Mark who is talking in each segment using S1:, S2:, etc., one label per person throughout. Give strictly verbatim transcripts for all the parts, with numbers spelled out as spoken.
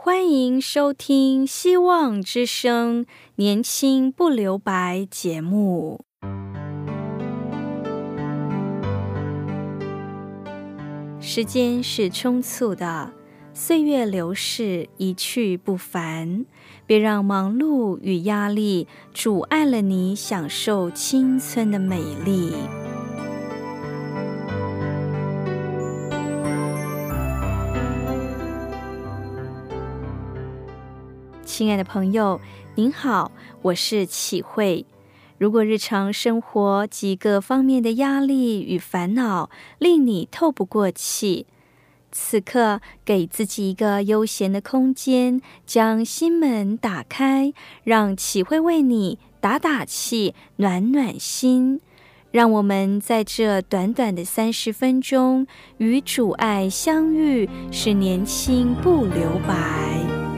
S1: 欢迎收听希望之声年轻不留白节目。时间是匆促的，岁月流逝，一去不返。别让忙碌与压力阻碍了你享受青春的美丽。亲爱的朋友，您好，我是启慧。如果日常生活几个方面的压力与烦恼令你透不过气，此刻给自己一个悠闲的空间，将心门打开，让启慧为你打打气，暖暖心。让我们在这短短的三十分钟与主爱相遇，使年轻不留白。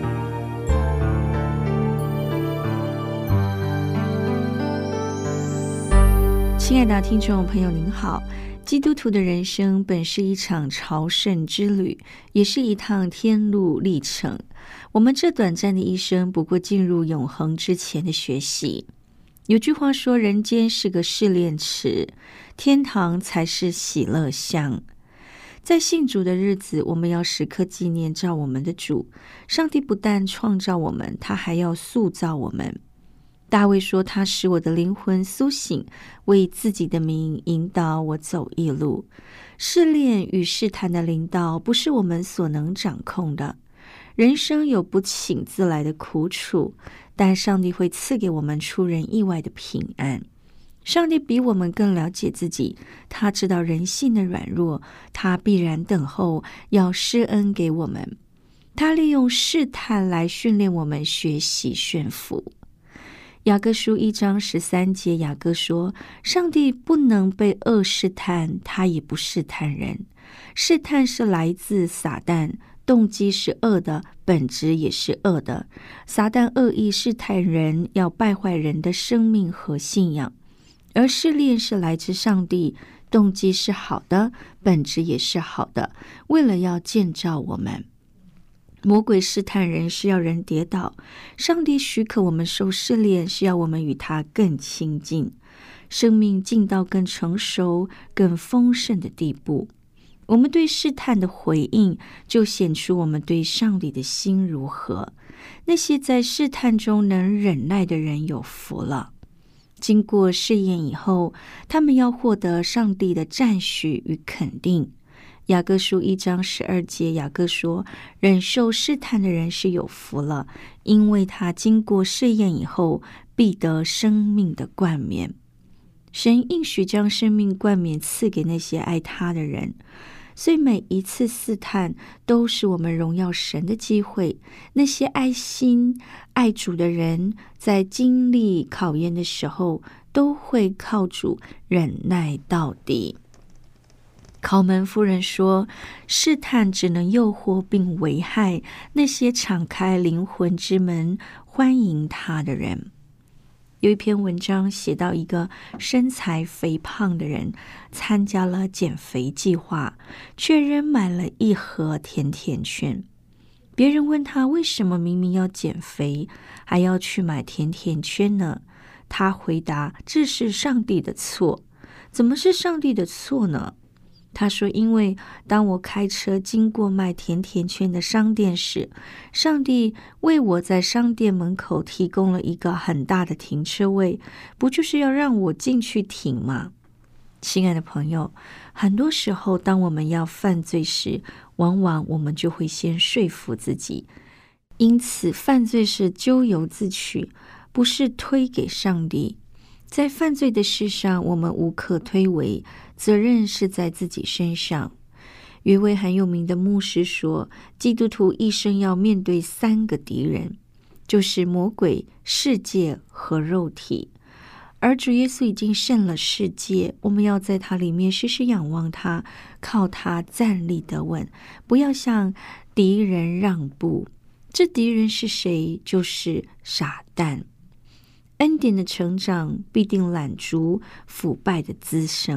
S1: 亲爱的听众朋友您好，基督徒的人生本是一场朝圣之旅，也是一趟天路历程。我们这短暂的一生不过进入永恒之前的学习。有句话说，人间是个试炼池，天堂才是喜乐乡。在信主的日子，我们要时刻纪念造我们的主。上帝不但创造我们，他还要塑造我们。大卫说，他使我的灵魂苏醒，为自己的名引导我走义路。试炼与试探的临到不是我们所能掌控的。人生有不请自来的苦楚，但上帝会赐给我们出人意外的平安。上帝比我们更了解自己，他知道人性的软弱，他必然等候要施恩给我们。他利用试探来训练我们学习驯服。雅各书一章十三节，雅各说，上帝不能被恶试探，他也不试探人。试探是来自撒旦，动机是恶的，本质也是恶的。撒旦恶意试探人，要败坏人的生命和信仰。而试炼是来自上帝，动机是好的，本质也是好的，为了要建造我们。魔鬼试探人是要人跌倒，上帝许可我们受试炼，是要我们与他更亲近，生命进到更成熟、更丰盛的地步。我们对试探的回应，就显出我们对上帝的心如何。那些在试探中能忍耐的人有福了。经过试验以后，他们要获得上帝的赞许与肯定。雅各书一章十二节，雅各说，忍受试探的人是有福了，因为他经过试验以后，必得生命的冠冕。神应许将生命冠冕赐给那些爱他的人，所以每一次试探都是我们荣耀神的机会。那些爱心爱主的人，在经历考验的时候，都会靠主忍耐到底。考门夫人说，试探只能诱惑并危害那些敞开灵魂之门欢迎他的人。有一篇文章写到，一个身材肥胖的人参加了减肥计划，却仍买了一盒甜甜圈。别人问他，为什么明明要减肥还要去买甜甜圈呢？他回答，这是上帝的错。怎么是上帝的错呢？他说，因为当我开车经过卖甜甜圈的商店时，上帝为我在商店门口提供了一个很大的停车位，不就是要让我进去停吗？亲爱的朋友，很多时候当我们要犯罪时，往往我们就会先说服自己，因此犯罪是咎由自取，不是推给上帝。在犯罪的事上，我们无可推诿，责任是在自己身上。有一位很有名的牧师说，基督徒一生要面对三个敌人，就是魔鬼、世界和肉体。而主耶稣已经胜了世界，我们要在他里面时时仰望他，靠他站立得稳，不要向敌人让步。这敌人是谁？就是撒旦。恩典的成长必定拦阻腐败的滋生。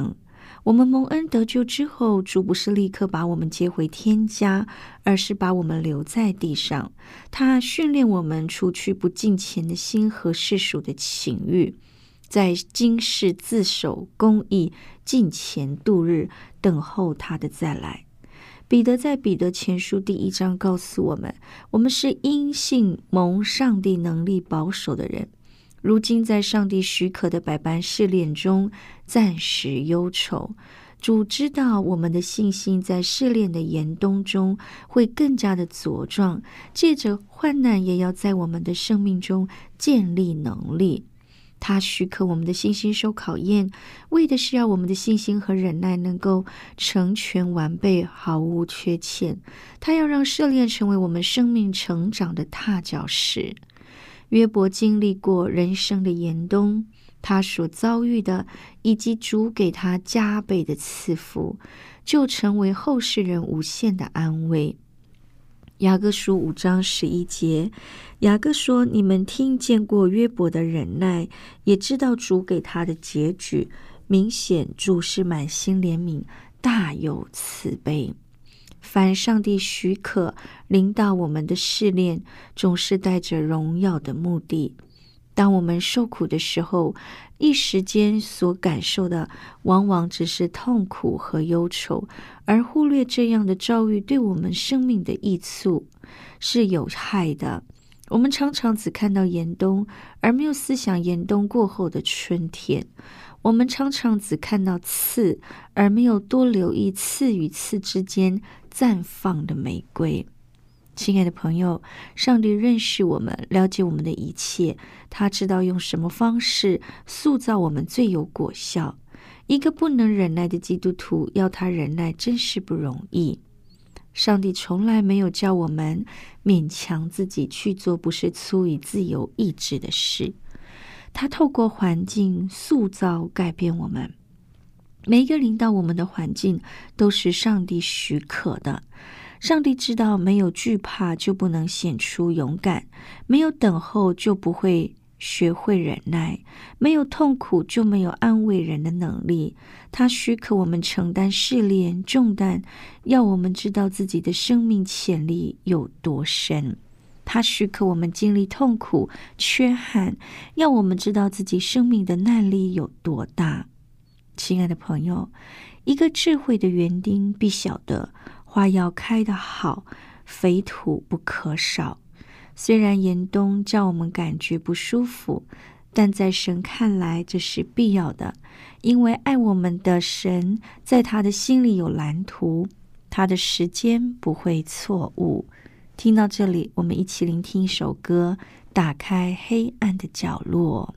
S1: 我们蒙恩得救之后，主不是立刻把我们接回天家，而是把我们留在地上。他训练我们除去不敬虔的心和世俗的情欲，在今世自守公义，敬虔度日，等候他的再来。彼得在彼得前书第一章告诉我们，我们是因信蒙上帝能力保守的人，如今在上帝许可的百般试炼中暂时忧愁。主知道我们的信心在试炼的严冬中会更加的茁壮，借着患难也要在我们的生命中建立能力。他许可我们的信心受考验，为的是要我们的信心和忍耐能够成全完备，毫无缺欠。他要让试炼成为我们生命成长的踏脚石。约伯经历过人生的严冬，他所遭遇的以及主给他加倍的赐福，就成为后世人无限的安慰。雅各书五章十一节，雅各说，你们听见过约伯的忍耐，也知道主给他的结局，明显主是满心怜悯，大有慈悲。凡上帝许可临到我们的试炼，总是带着荣耀的目的。当我们受苦的时候，一时间所感受的往往只是痛苦和忧愁，而忽略这样的遭遇对我们生命的益处是有害的。我们常常只看到严冬，而没有思想严冬过后的春天。我们常常只看到刺，而没有多留意刺与刺之间绽放的玫瑰。亲爱的朋友，上帝认识我们，了解我们的一切，他知道用什么方式塑造我们最有果效。一个不能忍耐的基督徒，要他忍耐真是不容易。上帝从来没有叫我们勉强自己去做不是出于自由意志的事，他透过环境塑造改变我们。每一个临到我们的环境都是上帝许可的。上帝知道，没有惧怕就不能显出勇敢，没有等候就不会学会忍耐，没有痛苦就没有安慰人的能力。他许可我们承担试炼重担，要我们知道自己的生命潜力有多深。他许可我们经历痛苦缺憾，要我们知道自己生命的耐力有多大。亲爱的朋友，一个智慧的园丁必晓得，花要开得好，肥土不可少。虽然严冬叫我们感觉不舒服，但在神看来这是必要的，因为爱我们的神在他的心里有蓝图，他的时间不会错误。听到这里，我们一起聆听一首歌，打开黑暗的角落。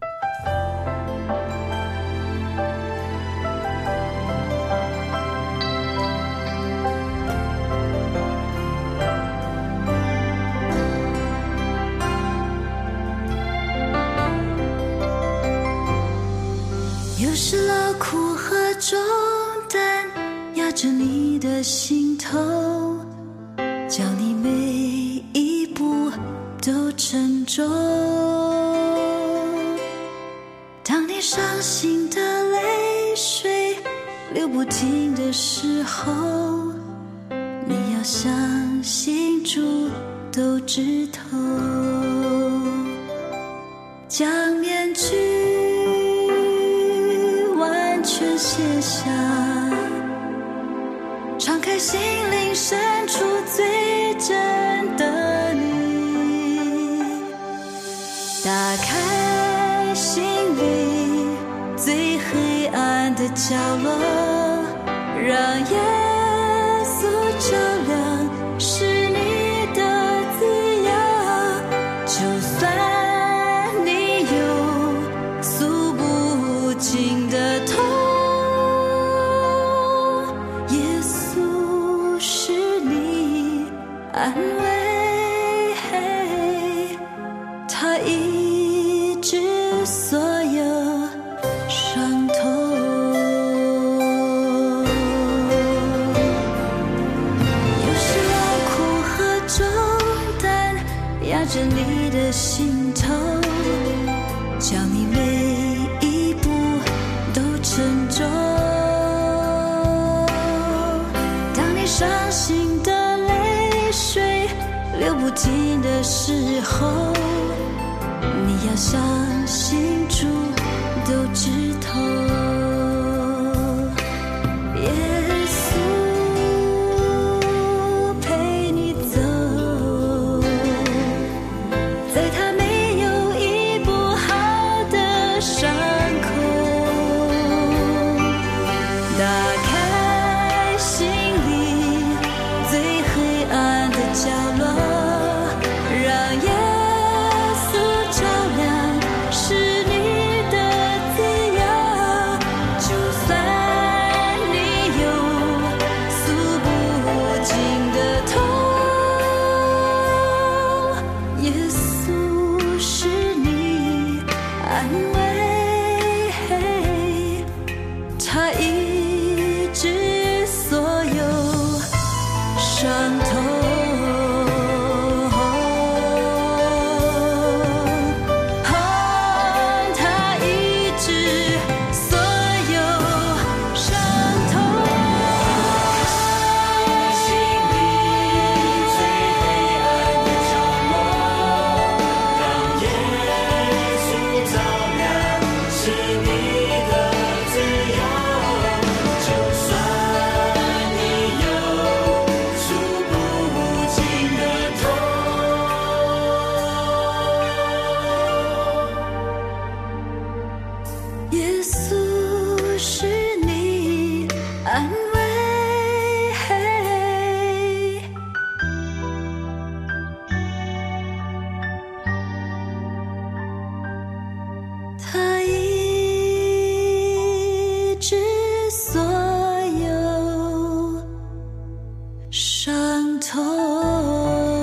S2: 有时劳苦和重担压着你的心头，叫你每一步都沉重。当你伤心的泪水流不停的时候，你要相信主都知透。将面具全卸下，敞开心灵深处最真的你，打开心里最黑暗的角落，让耶稣照亮是你的自由。就算你有诉不尽的痛，安慰他医治所有伤痛。有时劳苦和重担压着你的心头，叫你每一步都沉重。 不尽的时候，你要相信主都知透。耶稣陪你走，在他没有医不好的伤口，打开心里最黑暗的角落，让耶稣照亮是你的自由。就算你有诉不尽的痛，耶稣是你安慰，他医治所有伤痛。耶稣是你安慰，他医治所有伤痛。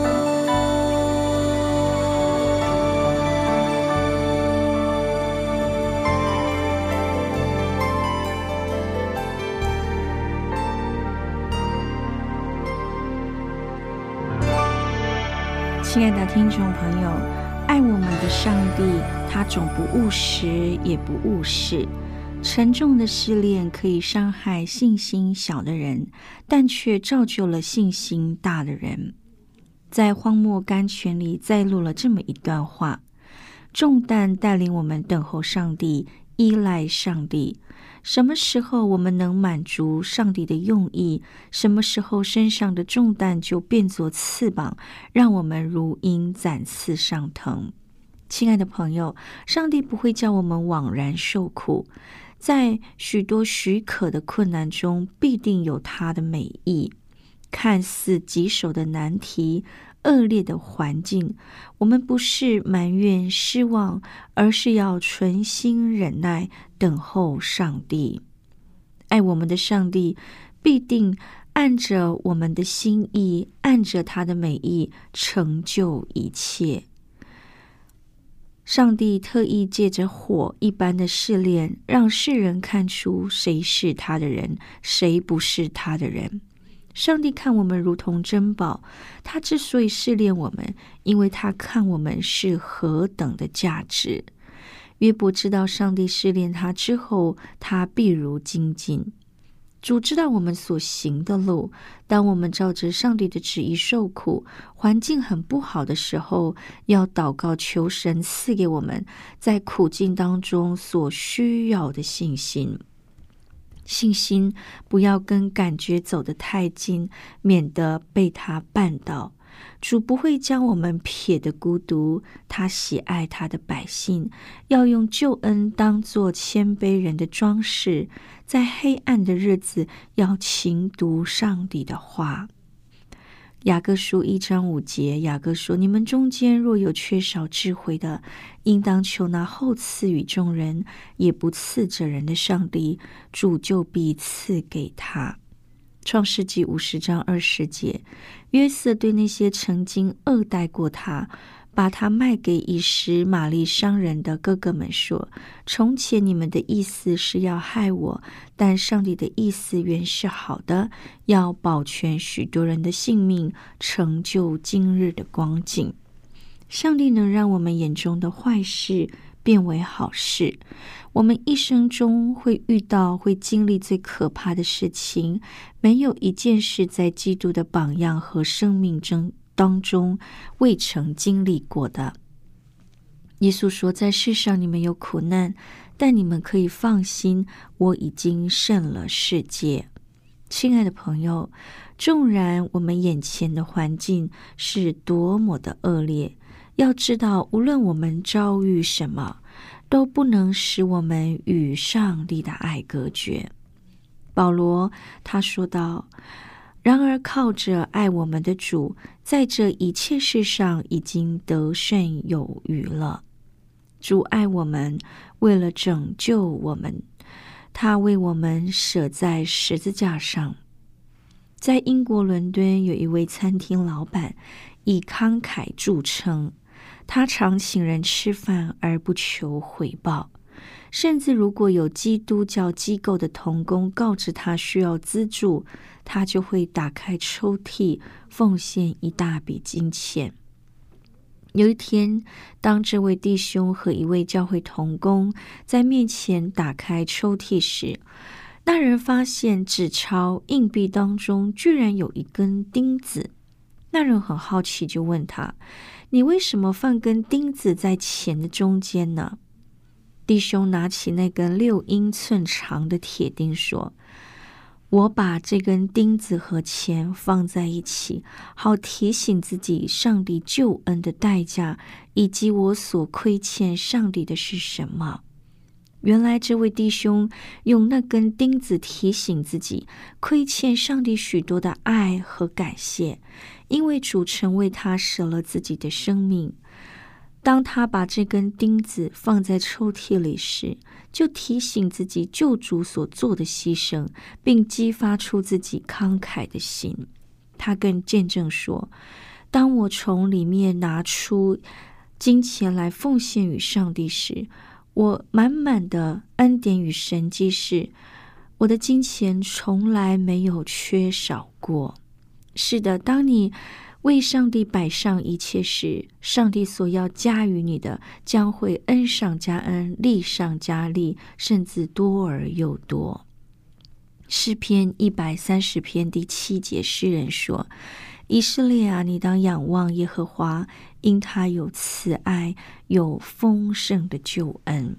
S1: 亲爱的听众朋友，爱我们的上帝，他总不误时，也不误事。沉重的试炼可以伤害信心小的人，但却造就了信心大的人。在荒漠甘泉里再录了这么一段话：重担带领我们等候上帝，依赖上帝。什么时候我们能满足上帝的用意，什么时候身上的重担就变作翅膀，让我们如鹰展翅上腾。亲爱的朋友，上帝不会叫我们枉然受苦，在许多许可的困难中，必定有他的美意。看似棘手的难题，恶劣的环境，我们不是埋怨失望，而是要存心忍耐，等候上帝。爱我们的上帝必定按着我们的心意，按着他的美意成就一切。上帝特意借着火一般的试炼，让世人看出谁是他的人，谁不是他的人。上帝看我们如同珍宝，他之所以试炼我们，因为他看我们是何等的价值。约伯知道上帝试炼他之后，他必如精进。主知道我们所行的路，当我们照着上帝的旨意受苦，环境很不好的时候，要祷告求神赐给我们在苦境当中所需要的信心。信心不要跟感觉走得太近，免得被他绊倒。主不会将我们撇得孤独，他喜爱他的百姓，要用救恩当作谦卑人的装饰，在黑暗的日子要勤读上帝的话。雅各书一章五节，雅各说：你们中间若有缺少智慧的，应当求那后赐予众人，也不赐这人的上帝，主就必赐给他。创世纪五十章二十节，约瑟对那些曾经恶待过他，把他卖给以实玛利商人的哥哥们说：从前你们的意思是要害我，但上帝的意思原是好的，要保全许多人的性命，成就今日的光景。上帝能让我们眼中的坏事变为好事。我们一生中会遇到、会经历最可怕的事情，没有一件事在基督的榜样和生命中当中未曾经历过的。耶稣说，在世上你们有苦难，但你们可以放心，我已经胜了世界。亲爱的朋友，纵然我们眼前的环境是多么的恶劣，要知道无论我们遭遇什么，都不能使我们与上帝的爱隔绝。保罗他说道，然而靠着爱我们的主，在这一切事上已经得胜有余了。主爱我们，为了拯救我们，他为我们舍在十字架上。在英国伦敦有一位餐厅老板，以慷慨著称，他常请人吃饭而不求回报，甚至如果有基督教机构的同工告知他需要资助，他就会打开抽屉奉献一大笔金钱。有一天，当这位弟兄和一位教会同工在面前打开抽屉时，那人发现纸钞硬币当中居然有一根钉子。那人很好奇，就问他，你为什么放根钉子在钱的中间呢？弟兄拿起那根六英寸长的铁钉说，我把这根钉子和钱放在一起，好提醒自己上帝救恩的代价，以及我所亏欠上帝的是什么。原来这位弟兄用那根钉子提醒自己亏欠上帝许多的爱和感谢，因为主曾为他舍了自己的生命。当他把这根钉子放在抽屉里时，就提醒自己救主所做的牺牲，并激发出自己慷慨的心。他更见证说，当我从里面拿出金钱来奉献与上帝时，我满满的恩典与神迹是，我的金钱从来没有缺少过。是的，当你为上帝摆上一切时，上帝所要加于你的将会恩上加恩，利上加利，甚至多而又多。诗篇一百三十篇第七节，诗人说，以色列啊，你当仰望耶和华，因他有慈爱，有丰盛的救恩。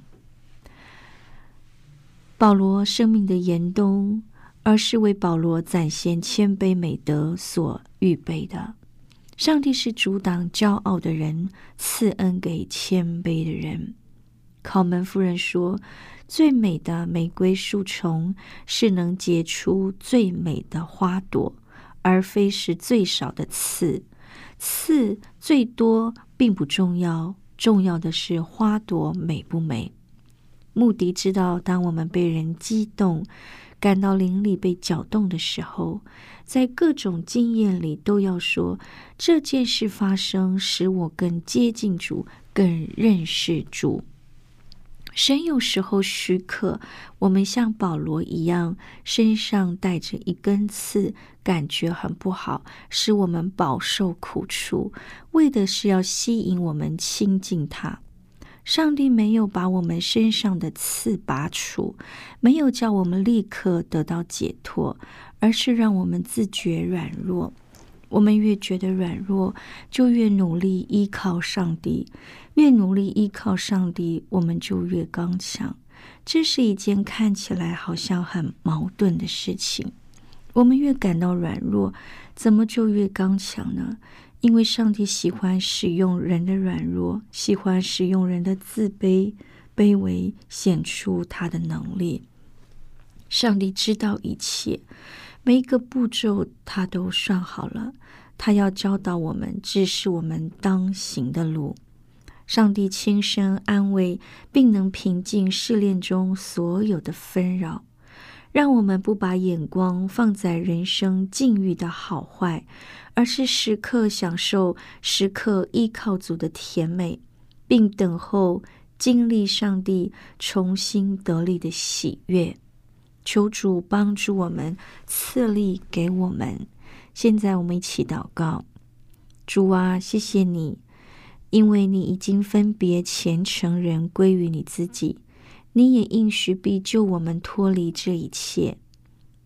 S1: 保罗生命的严冬，而是为保罗展现谦卑美德所预备的。上帝是阻挡骄傲的人，赐恩给谦卑的人。考门夫人说，最美的玫瑰树丛是能结出最美的花朵，而非是最少的刺。刺最多并不重要，重要的是花朵美不美。穆迪知道，当我们被人激动，感到灵里被搅动的时候，在各种经验里都要说，这件事发生使我更接近主，更认识主。神有时候许可我们像保罗一样，身上带着一根刺，感觉很不好，使我们饱受苦楚，为的是要吸引我们亲近他。上帝没有把我们身上的刺拔除，没有叫我们立刻得到解脱，而是让我们自觉软弱。我们越觉得软弱，就越努力依靠上帝，越努力依靠上帝，我们就越刚强。这是一件看起来好像很矛盾的事情。我们越感到软弱，怎么就越刚强呢？因为上帝喜欢使用人的软弱，喜欢使用人的自卑、卑微，显出他的能力。上帝知道一切，每一个步骤他都算好了，他要教导我们，指示我们当行的路。上帝亲身安慰，并能平静试炼中所有的纷扰，让我们不把眼光放在人生境遇的好坏，而是时刻享受时刻依靠主的甜美，并等候经历上帝重新得力的喜悦。求主帮助我们，赐力给我们。现在我们一起祷告。主啊，谢谢你，因为你已经分别虔诚人归于你自己，你也应许必救我们脱离这一切。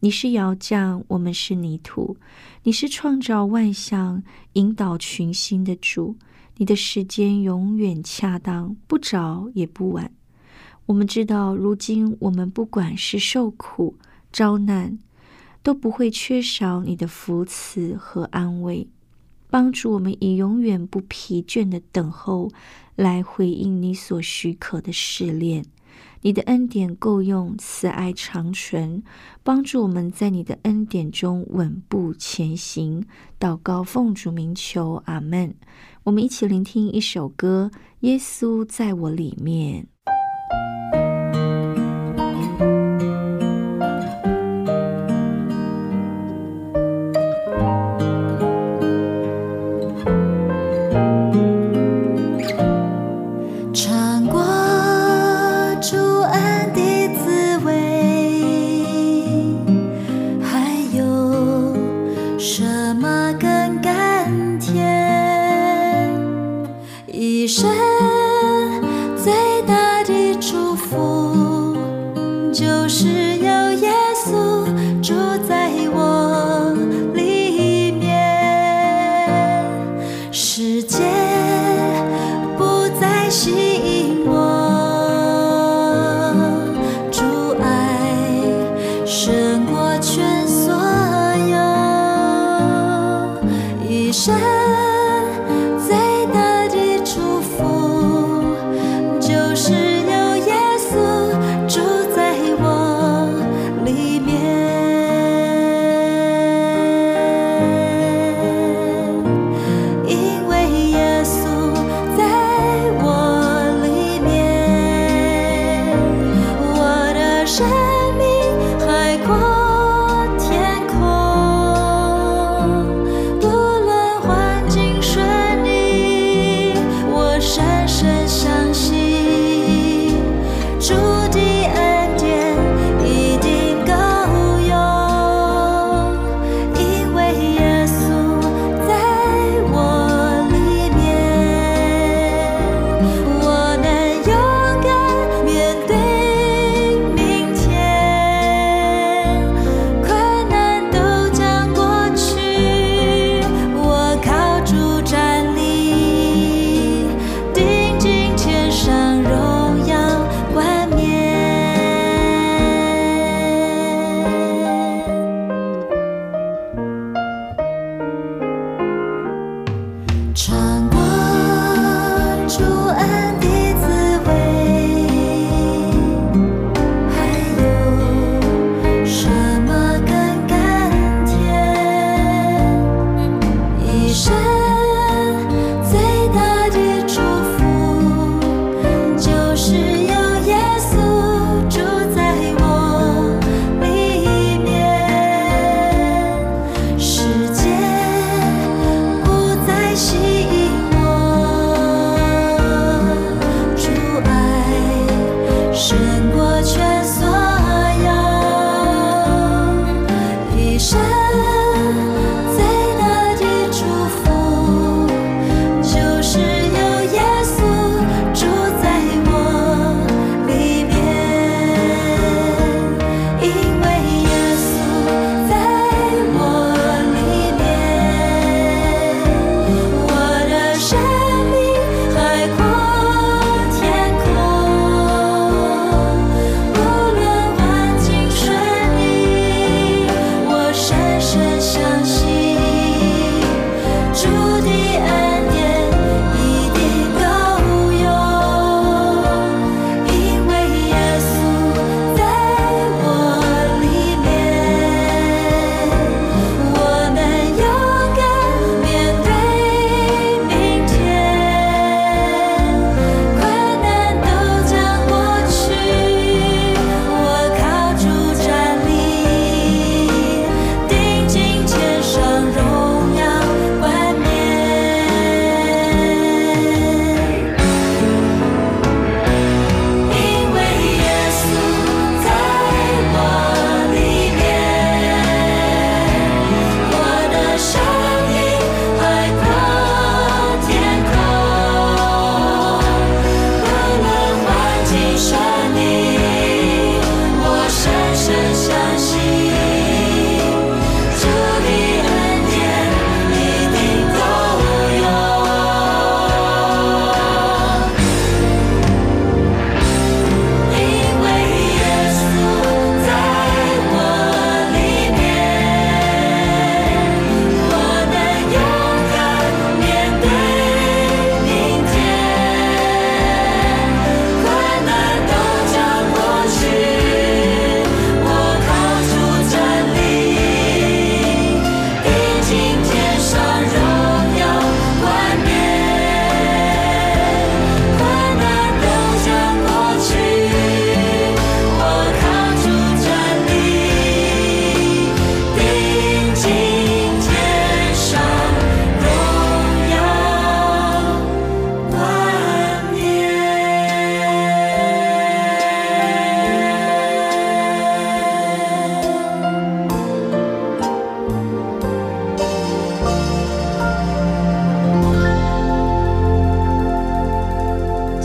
S1: 你是窑匠，我们是泥土。你是创造万象、引导群星的主。你的时间永远恰当，不早也不晚。我们知道，如今我们不管是受苦、遭难，都不会缺少你的扶持和安慰，帮助我们以永远不疲倦的等候来回应你所许可的试炼。你的恩典够用，慈爱长存，帮助我们在你的恩典中稳步前行。祷告奉主名求，阿们。我们一起聆听一首歌，耶稣在我里面。
S2: 因为耶稣在我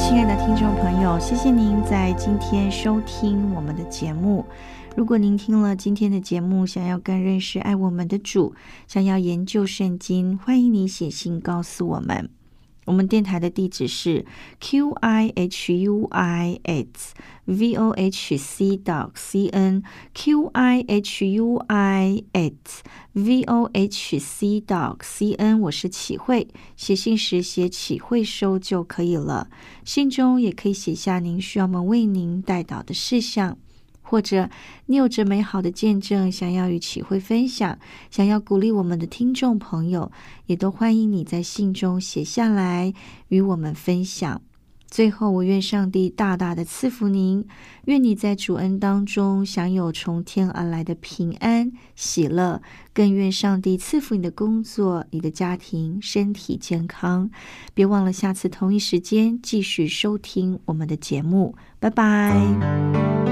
S1: 亲爱的听众朋友，谢谢您在今天收听我们的节目。如果您听了今天的节目，想要更认识爱我们的主，想要研究圣经，欢迎你写信告诉我们。我们电台的地址是 q i h u i s v o h c dot c n q i h u i s v o h c dot c n。 我是启慧，写信时写启慧收就可以了。信中也可以写下您需要我们为您代祷的事项，或者你有着美好的见证想要与启慧分享，想要鼓励我们的听众朋友，也都欢迎你在信中写下来与我们分享。最后，我愿上帝大大的赐福您，愿你在主恩当中享有从天而来的平安喜乐，更愿上帝赐福你的工作，你的家庭身体健康。别忘了下次同一时间继续收听我们的节目，拜拜。